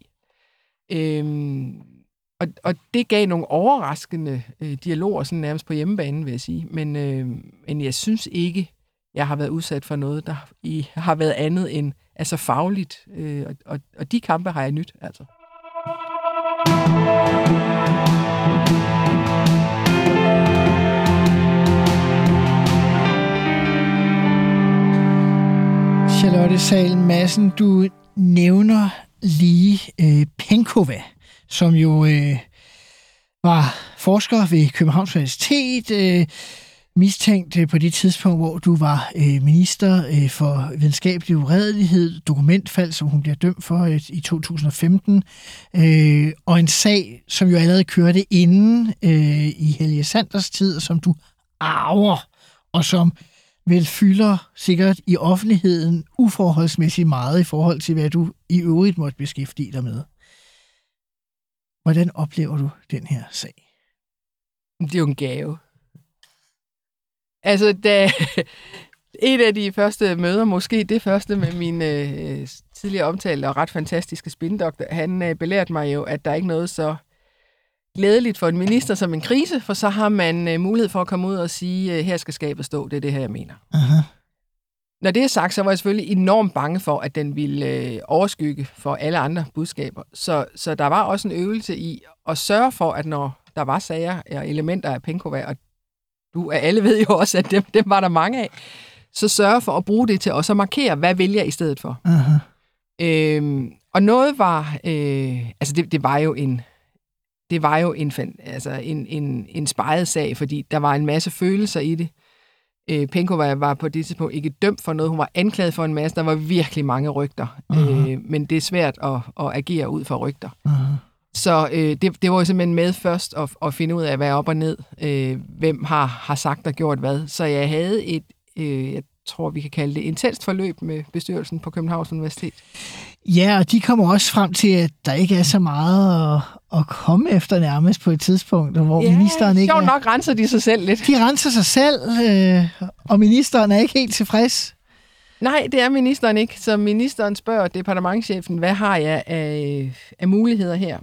Og det gav nogle overraskende dialoger, sådan nærmest på hjemmebanen, vil jeg sige. Men jeg synes ikke, jeg har været udsat for noget, der har været andet end altså fagligt. Og de kampe har jeg nyt, altså. Charlotte Sahl Madsen, du nævner lige Penkowa, som jo var forsker ved Københavns Universitet, mistænkt på det tidspunkt, hvor du var minister for videnskabelig uredelighed, dokumentfald, som hun bliver dømt for i 2015, og en sag, som jo allerede kørte inden i Helge Sanders tid, som du arver, og som vel fylder sikkert i offentligheden uforholdsmæssigt meget i forhold til, hvad du i øvrigt måtte beskæftige dig med. Hvordan oplever du den her sag? Det er jo en gave. Altså, da et af de første møder, måske det første med min tidligere omtalte og ret fantastiske spindoktor, han belærte mig jo, at der ikke er noget så glædeligt for en minister som en krise, for så har man mulighed for at komme ud og sige, her skal skabet stå, det er det her, jeg mener. Aha. Når det er sagt, så var jeg selvfølgelig enormt bange for, at den ville overskygge for alle andre budskaber. Så der var også en øvelse i at sørge for, at når der var sager og elementer af Penkowa, og alle ved jo også, at dem var der mange af, så sørge for at bruge det til også at markere, hvad vælger jeg i stedet for. Og noget var, altså det var jo en speget sag, fordi der var en masse følelser i det. Penkowa var på det tidspunkt ikke dømt for noget. Hun var anklaget for en masse. Der var virkelig mange rygter. Men det er svært at agere ud fra rygter. Så det var jo simpelthen med først at finde ud af, hvad er op og ned. Hvem har sagt og gjort hvad. Så jeg havde et, jeg tror vi kan kalde det, intenst forløb med bestyrelsen på Københavns Universitet. Ja, og de kommer også frem til, at der ikke er så meget at komme efter nærmest på et tidspunkt, hvor ministeren ikke er... nok renser de sig selv lidt. De renser sig selv, og ministeren er ikke helt tilfreds. Nej, det er ministeren ikke. Så ministeren spørger departementschefen, hvad har jeg af muligheder her?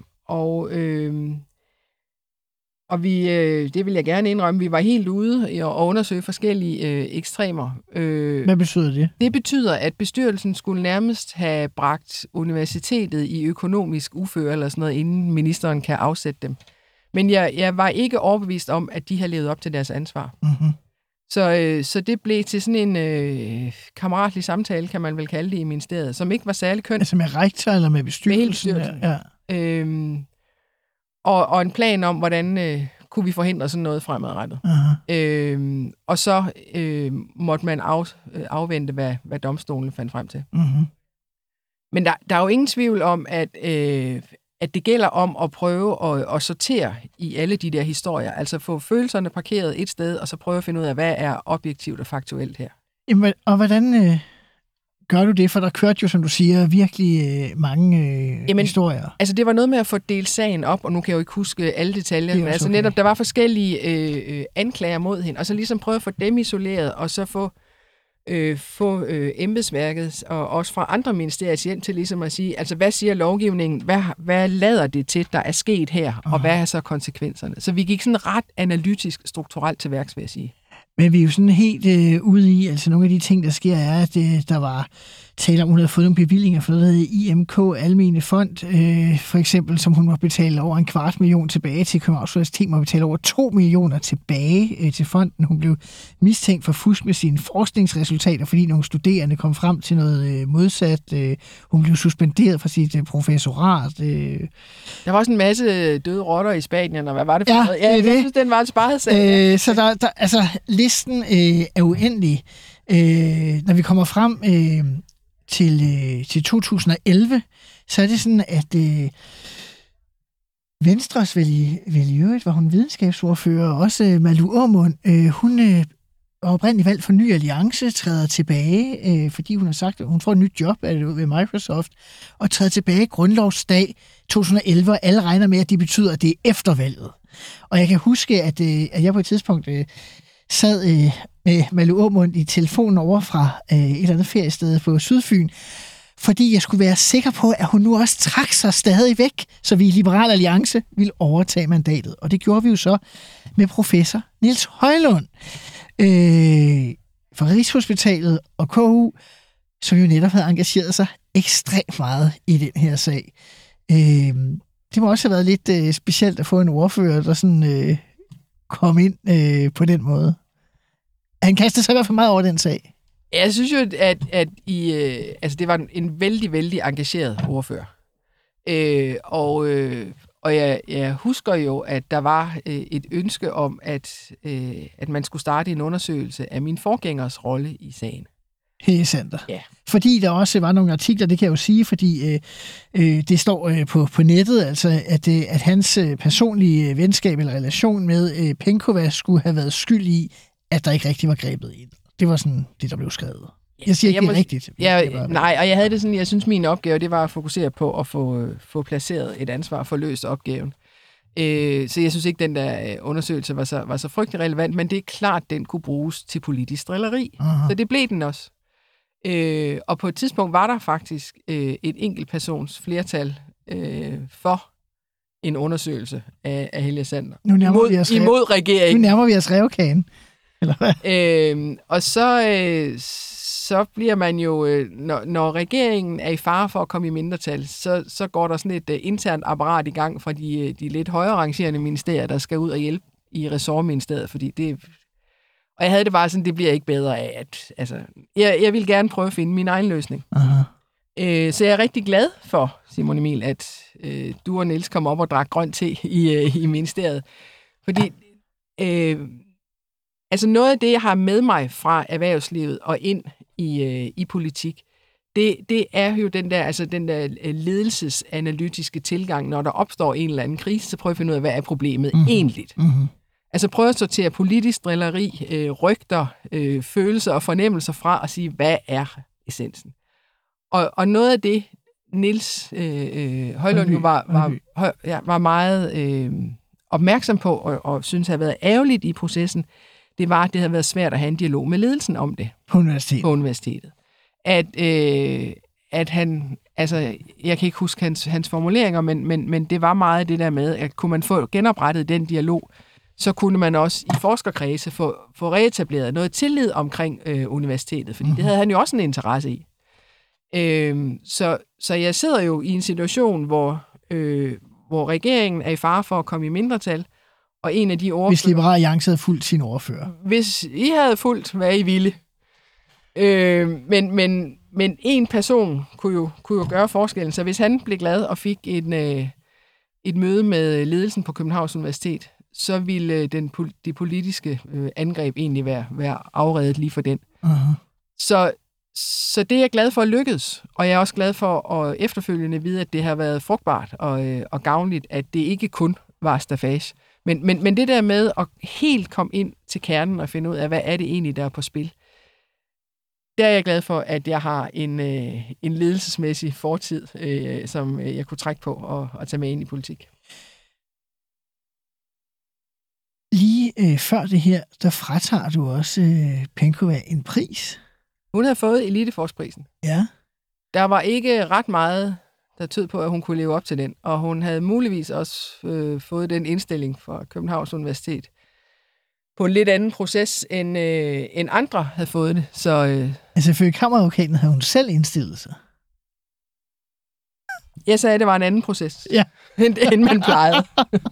Og vi, det vil jeg gerne indrømme, vi var helt ude at undersøge forskellige ekstremer. Hvad betyder det? Det betyder, at bestyrelsen skulle nærmest have bragt universitetet i økonomisk uføre eller sådan noget, inden ministeren kan afsætte dem. Men jeg var ikke overbevist om, at de har levet op til deres ansvar. Mm-hmm. Så det blev til sådan en kammeratlig samtale, kan man vel kalde det, i ministeriet, som ikke var særlig køn. Altså med rektor eller med bestyrelsen? Med hele bestyrelsen. Ja. Og en plan om, hvordan kunne vi forhindre sådan noget fremadrettet. Og så måtte man afvente, hvad domstolen fandt frem til. Mm-hmm. Men der er jo ingen tvivl om, at det gælder om at prøve at sortere i alle de der historier. Altså få følelserne parkeret et sted, og så prøve at finde ud af, hvad er objektivt og faktuelt her. Jamen, og hvordan gør du det? For der kørte jo, som du siger, virkelig mange historier. Altså, det var noget med at få delt sagen op, og nu kan jeg jo ikke huske alle detaljer, men altså netop, der var forskellige anklager mod hende, og så ligesom prøve at få dem isoleret, og så få embedsværket og også fra andre ministerier hjem til ligesom at sige, altså hvad siger lovgivningen, hvad lader det til, der er sket her, og hvad er så konsekvenserne? Så vi gik sådan ret analytisk, strukturelt til værks, vil jeg sige. Men vi er jo sådan helt ude i, altså nogle af de ting, der sker, er, at der var tale om, hun havde fået nogle bevillinger for noget, der hedder IMK Almene Fond, for eksempel, som hun må betale over 250.000 tilbage til Københavns Universitet, må betale over 2 millioner tilbage til fonden. Hun blev mistænkt for fusk med sine forskningsresultater, fordi nogle studerende kom frem til noget modsat. Hun blev suspenderet fra sit professorat. Der var også en masse døde rotter i Spanien, og hvad var det for noget? Ja, jeg synes, den var en sparresag. Så der, altså, listen er uendelig. Når vi kommer frem til 2011, så er det sådan, at Venstres vel i øvrigt var hun videnskabsordfører, og også Malou Aamund, hun var oprindeligt valgt for Ny Alliance, træder tilbage, fordi hun har sagt, at hun får et nyt job ved Microsoft, og træder tilbage grundlovsdag 2011, og alle regner med, at det betyder, at det er eftervalget. Og jeg kan huske, at jeg på et tidspunkt sad med Malou Aamund i telefonen over fra et eller andet feriested på Sydfyn, fordi jeg skulle være sikker på, at hun nu også trak sig stadig væk, så vi i Liberal Alliance ville overtage mandatet. Og det gjorde vi jo så med professor Niels Højlund fra Rigshospitalet og KU, som jo netop havde engageret sig ekstremt meget i den her sag. Det må også have været lidt specielt at få en ordfører, der sådan kom ind på den måde. Han kastede sig i hvert fald meget over den sag. Jeg synes jo, at altså det var en vældig, vældig engageret ordfører. Og jeg husker jo, at der var et ønske om, at man skulle starte en undersøgelse af min forgængers rolle i sagen. Helge Sander. Ja. Fordi der også var nogle artikler, det kan jeg jo sige, fordi det står på nettet, altså at hans personlige venskab eller relation med Penkova skulle have været skyld i, at der ikke rigtig var grebet ind. Det var sådan det, der blev skrevet. Jeg siger ikke, det er rigtigt. Nej, og jeg havde det sådan, jeg synes, min opgave, det var at fokusere på at få placeret et ansvar for at løse opgaven. Så jeg synes ikke, den der undersøgelse var så frygtelig relevant, men det er klart, den kunne bruges til politisk drilleri. Uh-huh. Så det blev den også. Og på et tidspunkt var der faktisk et enkeltpersons flertal for en undersøgelse af Helge Sander. Imod regeringen. Nu nærmer vi os revkagen. Og så bliver man jo, når regeringen er i fare for at komme i mindretal, så går der sådan et internt apparat i gang fra de lidt højere rangerende ministerier, der skal ud og hjælpe i ressortministeriet, fordi det... Og jeg havde det bare sådan, det bliver ikke bedre af, at... Altså, jeg vil gerne prøve at finde min egen løsning. Så jeg er rigtig glad for, Simon Emil, at du og Niels kom op og drak grønt te i ministeriet. Fordi... Altså noget af det, jeg har med mig fra erhvervslivet og ind i politik, det er jo den der ledelsesanalytiske tilgang, når der opstår en eller anden krise, så prøv at finde ud af, hvad er problemet egentlig. Mm-hmm. Altså prøv at sortere politisk drilleri, rygter, følelser og fornemmelser fra og sige, hvad er essensen? Og noget af det, Niels Højlund jo var meget opmærksom på og synes havde været ærgerligt i processen, det var, at det havde været svært at have en dialog med ledelsen om det. På universitetet. at han, altså, jeg kan ikke huske hans formuleringer, men det var meget det der med, at kunne man få genoprettet den dialog, så kunne man også i forskerkredse få reetableret noget tillid omkring universitetet, fordi det havde han jo også en interesse i. Så jeg sidder jo i en situation, hvor regeringen er i fare for at komme i mindretal, og en af de ordfører... Hvis Liberal Alliance havde fulgt sin ordfører. Hvis I havde fulgt, hvad I ville. Men en person kunne jo gøre forskellen, så hvis han blev glad og fik et møde med ledelsen på Københavns Universitet, så ville det politiske angreb egentlig være afredet lige for den. Uh-huh. Så det er jeg glad for at lykkes, og jeg er også glad for at efterfølgende vide, at det har været frugtbart og gavnligt, at det ikke kun var staffage. Men det der med at helt komme ind til kernen og finde ud af, hvad er det egentlig, der er på spil, der er jeg glad for, at jeg har en ledelsesmæssig fortid, som jeg kunne trække på og tage med ind i politik. Lige før det her, der fratager du også Penkova en pris. Hun havde fået Eliteforskprisen. Ja. Der var ikke ret meget, der tød på, at hun kunne leve op til den. Og hun havde muligvis også fået den indstilling fra Københavns Universitet på en lidt anden proces, end andre havde fået det. Så, altså for kammeradvokaten havde hun selv indstillet sig? Jeg sagde, at det var en anden proces, end man plejede.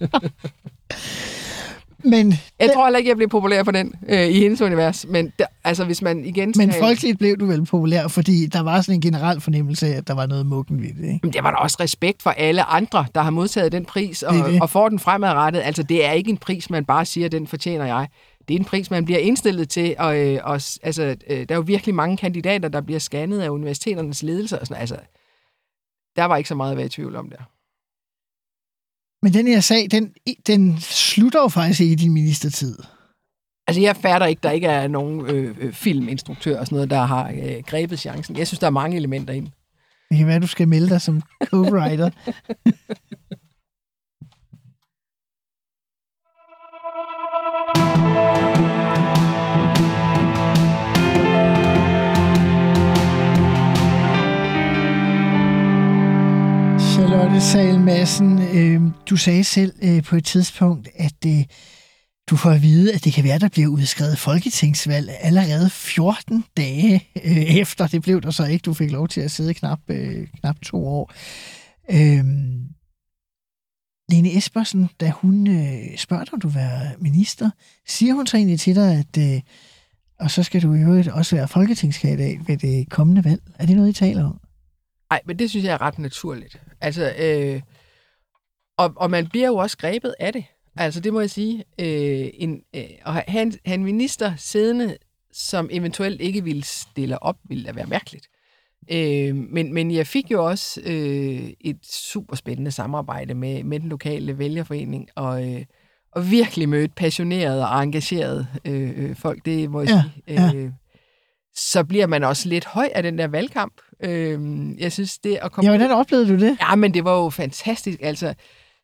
Men jeg tror heller ikke, jeg blev populær på den i hendes univers, men altså hvis man igen... Men folkeligt blev du vel populær, fordi der var sådan en generel fornemmelse af, at der var noget muggen ved det, ikke? Men der var der også respekt for alle andre, der har modtaget den pris og får den fremadrettet. Altså det er ikke en pris, man bare siger, den fortjener jeg. Det er en pris, man bliver indstillet til, og altså, der er jo virkelig mange kandidater, der bliver scannet af universiteternes ledelse og sådan. Altså, der var ikke så meget at være i tvivl om der. Men den her sag, den slutter jo faktisk ikke i din ministertid. Altså, jeg fatter ikke, der ikke er nogen filminstruktør og sådan noget, der har grebet chancen. Jeg synes, der er mange elementer i den. Det kan være, du skal melde dig som co-writer. Charlotte Sahl Madsen, du sagde selv på et tidspunkt, at du får at vide, at det kan være, der bliver udskrevet folketingsvalg allerede 14 dage efter. Det blev der så ikke. Du fik lov til at sidde knap 2 år. Lene Espersen, da hun spørger dig, om du vil være minister, siger hun så egentlig til dig, at og så skal du jo også være folketingskandidat ved det kommende valg. Er det noget, I taler om? Nej, men det synes jeg er ret naturligt. Altså, og man bliver jo også grebet af det. Altså, det må jeg sige. At have en minister siddende, som eventuelt ikke ville stille op, ville da være mærkeligt. Men jeg fik jo også et super spændende samarbejde med den lokale vælgerforening, og virkelig mødt passionerede og engagerede folk, det må jeg sige. Så bliver man også lidt høj af den der valgkamp. Jeg synes, det at komme... Ja, hvordan oplevede du det? Ja, men det var jo fantastisk. Altså,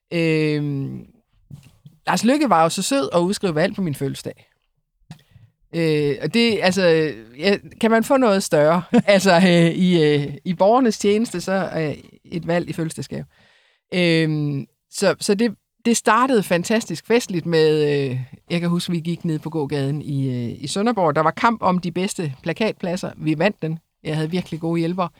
Lars Løkke var jo så sød at udskrive valg på min fødselsdag. Og det, altså, kan man få noget større? Altså, i borgernes tjeneste, så et valg i fødselsdagsgave. Så det startede fantastisk festligt med, jeg kan huske, vi gik ned på gågaden i Sønderborg. Der var kamp om de bedste plakatpladser. Vi vandt den. Jeg havde virkelig gode hjælpere.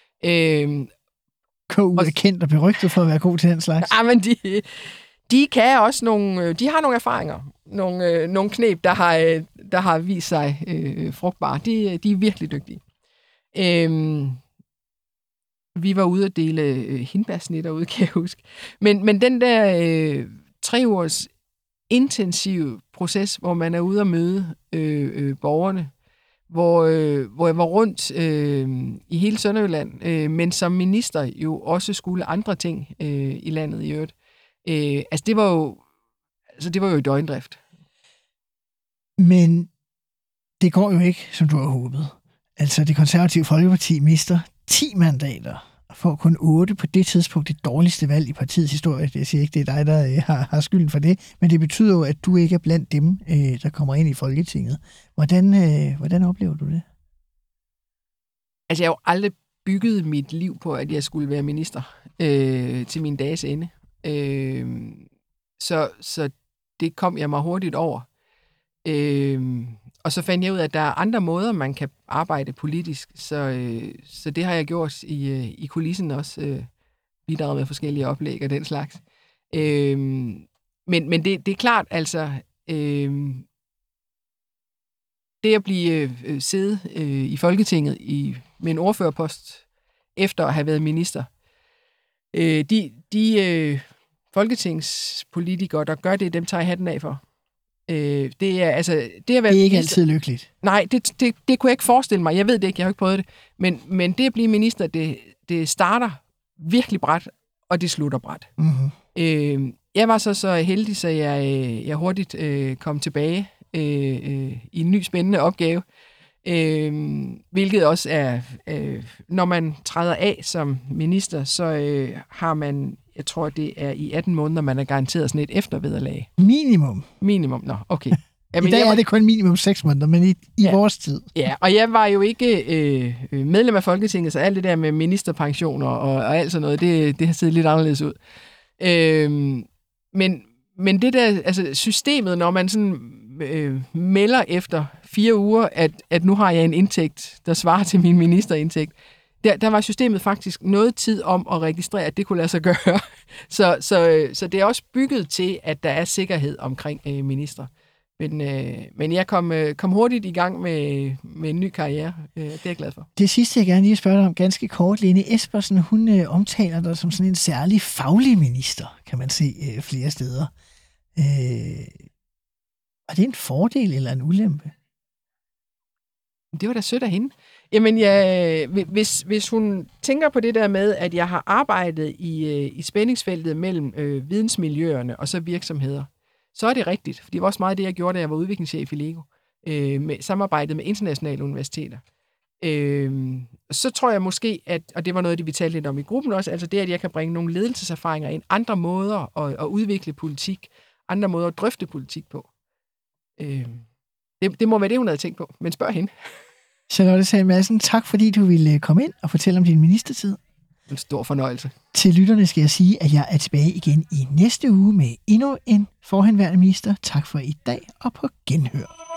KU er kendt og berygtet for at være god til den slags. Ja, men de kan også de har nogle erfaringer. Nogle knep, der har vist sig frugtbare. De er virkelig dygtige. Vi var ude at dele hindbærsnitter ud, kan jeg huske. Men den der 3 ugers intensiv proces, hvor man er ude at møde borgerne, hvor jeg var rundt i hele Sønderjylland, men som minister jo også skulle andre ting i landet i øvrigt. Altså det var jo i døgndrift. Men det går jo ikke, som du har håbet. Altså det konservative Folkeparti mister 10 mandater og får kun 8 på det tidspunkt, det dårligste valg i partiets historie. Jeg siger ikke, det er dig, der har skylden for det, men det betyder jo, at du ikke er blandt dem, der kommer ind i Folketinget. Hvordan oplever du det? Altså, jeg har jo aldrig bygget mit liv på, at jeg skulle være minister til min dages ende. Så det kom jeg mig hurtigt over. Og så fandt jeg ud af, at der er andre måder, man kan arbejde politisk. Så det har jeg gjort i kulissen også. Bidraget med forskellige oplæg og den slags. Men det er klart, altså... det at blive siddet i Folketinget med en ordførerpost efter at have været minister, de folketingspolitikere, der gør det, dem tager jeg hatten af for. Det er altså det at være det er ikke minister, altid lykkeligt. Nej, det kunne jeg ikke forestille mig. Jeg ved det ikke, jeg har ikke prøvet det. Men det at blive minister, det starter virkelig brat, og det slutter brat. Mm-hmm. Jeg var så heldig, så jeg hurtigt kom tilbage i en ny spændende opgave, hvilket også er, når man træder af som minister, så har man, jeg tror det er i 18 måneder, man er garanteret sådan et eftervederlag. Minimum, nå, okay. Jamen, i dag er det kun minimum 6 måneder, men i vores tid. Ja, og jeg var jo ikke medlem af Folketinget, så alt det der med ministerpensioner og alt sådan noget, det har set lidt anderledes ud. Men det der, altså systemet, når man sådan melder efter 4 uger, at nu har jeg en indtægt, der svarer til min ministerindtægt, der var systemet faktisk noget tid om at registrere, at det kunne lade sig gøre. Så det er også bygget til, at der er sikkerhed omkring minister. Men jeg kom hurtigt i gang med en ny karriere. Det er jeg glad for. Det sidste, jeg gerne lige spørge dig om ganske kort. Lene Espersen, hun omtaler dig som sådan en særlig faglig minister, kan man se flere steder. Er det en fordel eller en ulempe? Det var da sødt af hende. Jamen, hvis hun tænker på det der med, at jeg har arbejdet i spændingsfeltet mellem vidensmiljøerne og så virksomheder, så er det rigtigt. For det var også meget det, jeg gjorde, da jeg var udviklingschef i LEGO. Med samarbejdet med internationale universiteter. Så tror jeg måske, og det var noget, vi talte lidt om i gruppen også, altså det, at jeg kan bringe nogle ledelseserfaringer ind, andre måder at udvikle politik, andre måder at drøfte politik på. Det må være det, hun havde tænkt på, men spørg hende. Charlotte Sahl Madsen, tak fordi du ville komme ind og fortælle om din ministertid. En stor fornøjelse. Til lytterne skal jeg sige, at jeg er tilbage igen i næste uge med endnu en forhenværende minister. Tak for i dag og på genhør.